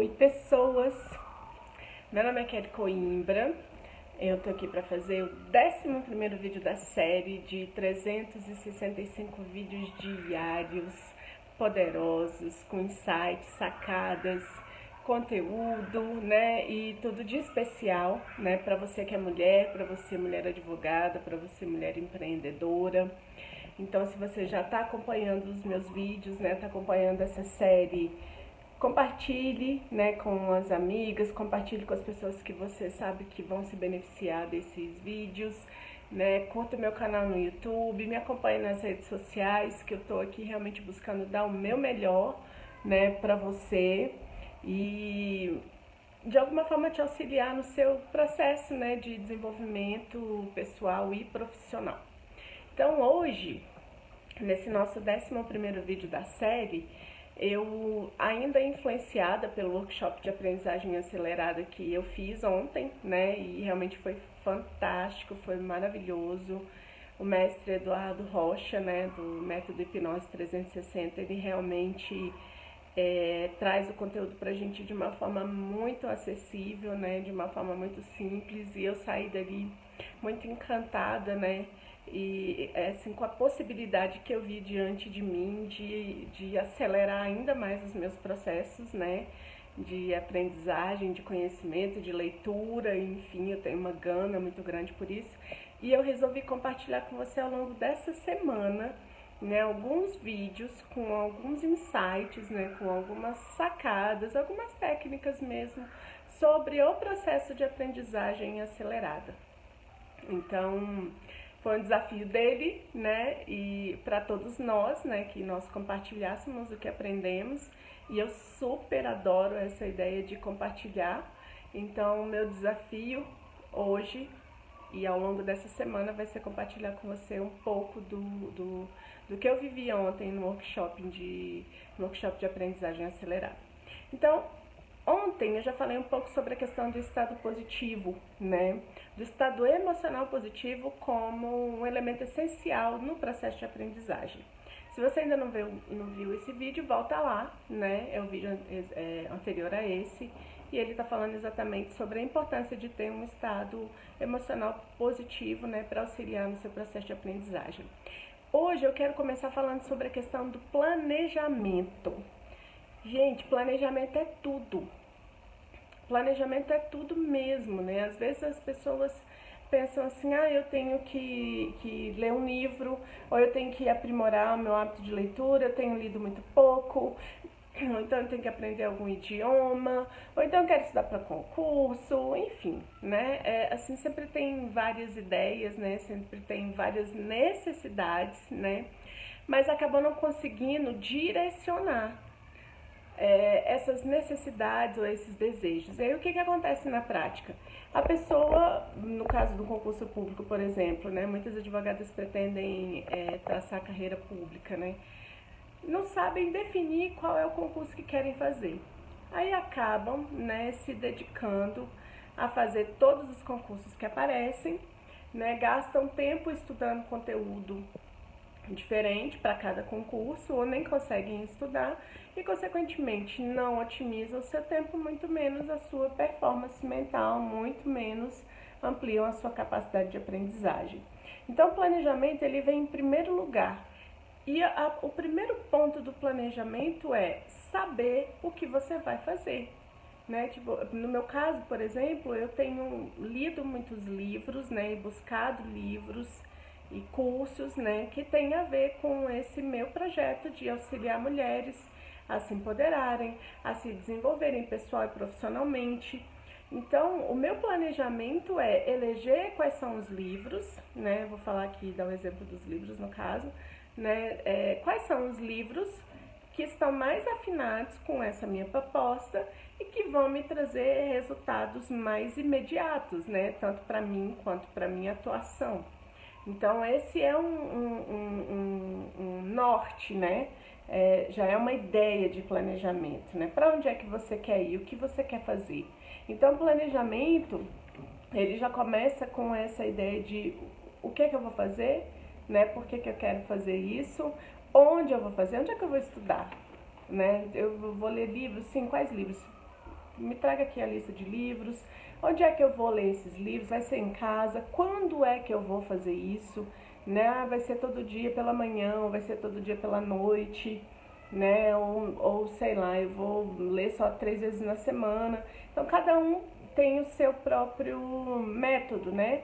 Oi, pessoas! Meu nome é Kelly Coimbra. Eu tô aqui para fazer o 11º vídeo da série de 365 vídeos diários, poderosos, com insights, sacadas, conteúdo, né? E tudo de especial, né? Para você que é mulher, para você mulher advogada, para você mulher empreendedora. Então, se você já está acompanhando os meus vídeos, né? Tá acompanhando essa série, compartilhe, né, com as amigas, compartilhe com as pessoas que você sabe que vão se beneficiar desses vídeos, né, curta meu canal no YouTube, me acompanhe nas redes sociais, que eu tô aqui realmente buscando dar o meu melhor, né, pra você e de alguma forma te auxiliar no seu processo, né, de desenvolvimento pessoal e profissional. Então hoje, nesse nosso 11º vídeo da série, eu ainda influenciada pelo workshop de aprendizagem acelerada que eu fiz ontem, né, e realmente foi fantástico, foi maravilhoso. O mestre Eduardo Rocha, né, do método Hipnose 360, ele realmente traz o conteúdo pra gente de uma forma muito acessível, né, de uma forma muito simples, e eu saí dali muito encantada, né, e assim, com a possibilidade que eu vi diante de mim de acelerar ainda mais os meus processos, né, de aprendizagem, de conhecimento, de leitura, enfim, eu tenho uma gana muito grande por isso, e eu resolvi compartilhar com você ao longo dessa semana, né, alguns vídeos com alguns insights, né, com algumas sacadas, algumas técnicas mesmo, sobre o processo de aprendizagem acelerada. Então, foi um desafio dele, né, e para todos nós, né, que nós compartilhássemos o que aprendemos, e eu super adoro essa ideia de compartilhar. Então, meu desafio hoje e ao longo dessa semana vai ser compartilhar com você um pouco do que eu vivi ontem no workshop de aprendizagem acelerada. Então, ontem eu já falei um pouco sobre a questão do estado positivo, né? Do estado emocional positivo como um elemento essencial no processo de aprendizagem. Se você ainda não viu esse vídeo, volta lá, né? É o vídeo anterior a esse, e ele está falando exatamente sobre a importância de ter um estado emocional positivo, né, para auxiliar no seu processo de aprendizagem. Hoje eu quero começar falando sobre a questão do planejamento. Gente, planejamento é tudo. Planejamento é tudo mesmo, né? Às vezes as pessoas pensam assim, eu tenho que ler um livro, ou eu tenho que aprimorar o meu hábito de leitura, eu tenho lido muito pouco, ou então eu tenho que aprender algum idioma, ou então eu quero estudar para concurso, enfim, né? Assim, sempre tem várias ideias, né? Sempre tem várias necessidades, né? Mas acabam não conseguindo direcionar essas necessidades ou esses desejos. E aí o que acontece na prática? A pessoa, no caso do concurso público, por exemplo, né, muitas advogadas pretendem traçar a carreira pública, né, não sabem definir qual é o concurso que querem fazer. Aí acabam, né, se dedicando a fazer todos os concursos que aparecem, né, gastam tempo estudando conteúdo diferente para cada concurso, ou nem conseguem estudar e, consequentemente, não otimizam o seu tempo, muito menos a sua performance mental, muito menos ampliam a sua capacidade de aprendizagem. Então, o planejamento ele vem em primeiro lugar. E o primeiro ponto do planejamento é saber o que você vai fazer. Né? Tipo, no meu caso, por exemplo, eu tenho lido muitos livros, né, e buscado livros e cursos, né, que tem a ver com esse meu projeto de auxiliar mulheres a se empoderarem, a se desenvolverem pessoal e profissionalmente. Então, o meu planejamento é eleger quais são os livros, né, vou falar aqui, dar o exemplo dos livros no caso, né, quais são os livros que estão mais afinados com essa minha proposta e que vão me trazer resultados mais imediatos, né, tanto para mim quanto para minha atuação. Então, esse é um norte, né? Já é uma ideia de planejamento, né? Para onde é que você quer ir, o que você quer fazer. Então, o planejamento, ele já começa com essa ideia de o que é que eu vou fazer, né? Por que eu quero fazer isso, onde eu vou fazer, onde é que eu vou estudar, né? Eu vou ler livros, sim, quais livros? me traga aqui a lista de livros, onde é que eu vou ler esses livros, vai ser em casa, quando é que eu vou fazer isso, né? Vai ser todo dia pela manhã, ou vai ser todo dia pela noite, né? Ou sei lá, eu vou ler só 3 vezes na semana. Então, cada um tem o seu próprio método, né?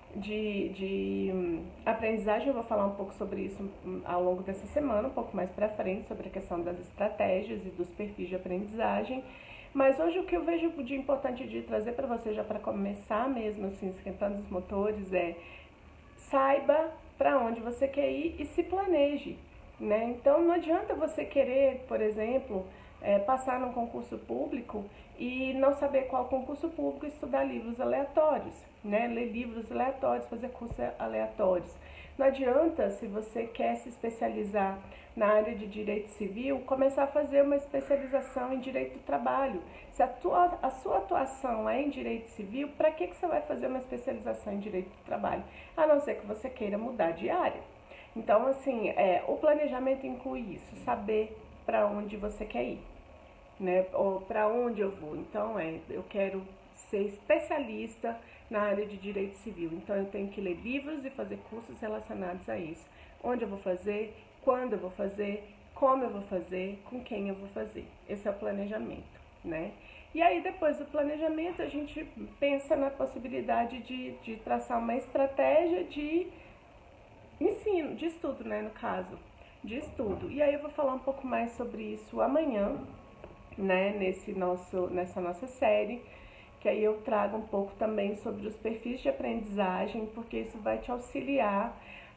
De aprendizagem. Eu vou falar um pouco sobre isso ao longo dessa semana, um pouco mais pra frente, sobre a questão das estratégias e dos perfis de aprendizagem. Mas hoje o que eu vejo de importante de trazer para você, já para começar mesmo, assim, esquentando os motores, é saiba para onde você quer ir e se planeje, né? Então não adianta você querer, por exemplo, passar num concurso público e não saber qual concurso público e estudar livros aleatórios, né? Ler livros aleatórios, fazer cursos aleatórios. Não adianta, se você quer se especializar na área de direito civil, começar a fazer uma especialização em direito do trabalho. Se a sua atuação é em direito civil, para que você vai fazer uma especialização em direito do trabalho? A não ser que você queira mudar de área. Então, assim, o planejamento inclui isso, saber para onde você quer ir, né? Ou para onde eu vou. Então, eu quero ser especialista na área de direito civil. Então, eu tenho que ler livros e fazer cursos relacionados a isso. Onde eu vou fazer, quando eu vou fazer, como eu vou fazer, com quem eu vou fazer. Esse é o planejamento, né? E aí, depois do planejamento, a gente pensa na possibilidade de traçar uma estratégia de ensino, de estudo, né, no caso, de estudo. E aí eu vou falar um pouco mais sobre isso amanhã, né, nessa nossa série, que aí eu trago um pouco também sobre os perfis de aprendizagem, porque isso vai te auxiliar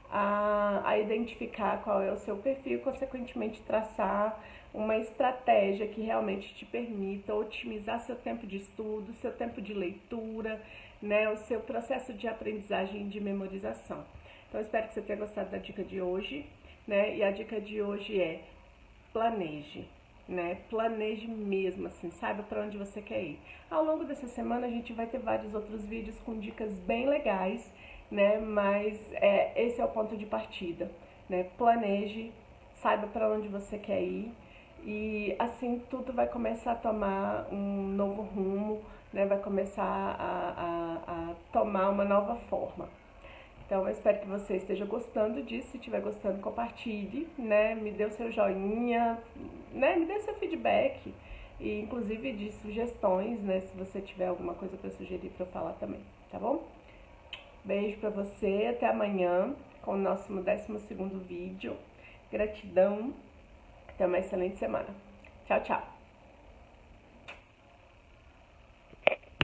a identificar qual é o seu perfil e, consequentemente, traçar uma estratégia que realmente te permita otimizar seu tempo de estudo, seu tempo de leitura, né, o seu processo de aprendizagem e de memorização. Então, eu espero que você tenha gostado da dica de hoje, né, e a dica de hoje é planeje. Né? Planeje mesmo, assim, saiba para onde você quer ir. Ao longo dessa semana a gente vai ter vários outros vídeos com dicas bem legais, né? Mas esse é o ponto de partida, né? Planeje, saiba para onde você quer ir e assim tudo vai começar a tomar um novo rumo, né? Vai começar a tomar uma nova forma. Então, eu espero que você esteja gostando disso. Se estiver gostando, compartilhe, né? Me dê o seu joinha, né? Me dê seu feedback e, inclusive, de sugestões, né? Se você tiver alguma coisa para sugerir para eu falar também, tá bom? Beijo para você, até amanhã com o nosso 12º vídeo. Gratidão, até uma excelente semana. Tchau, tchau!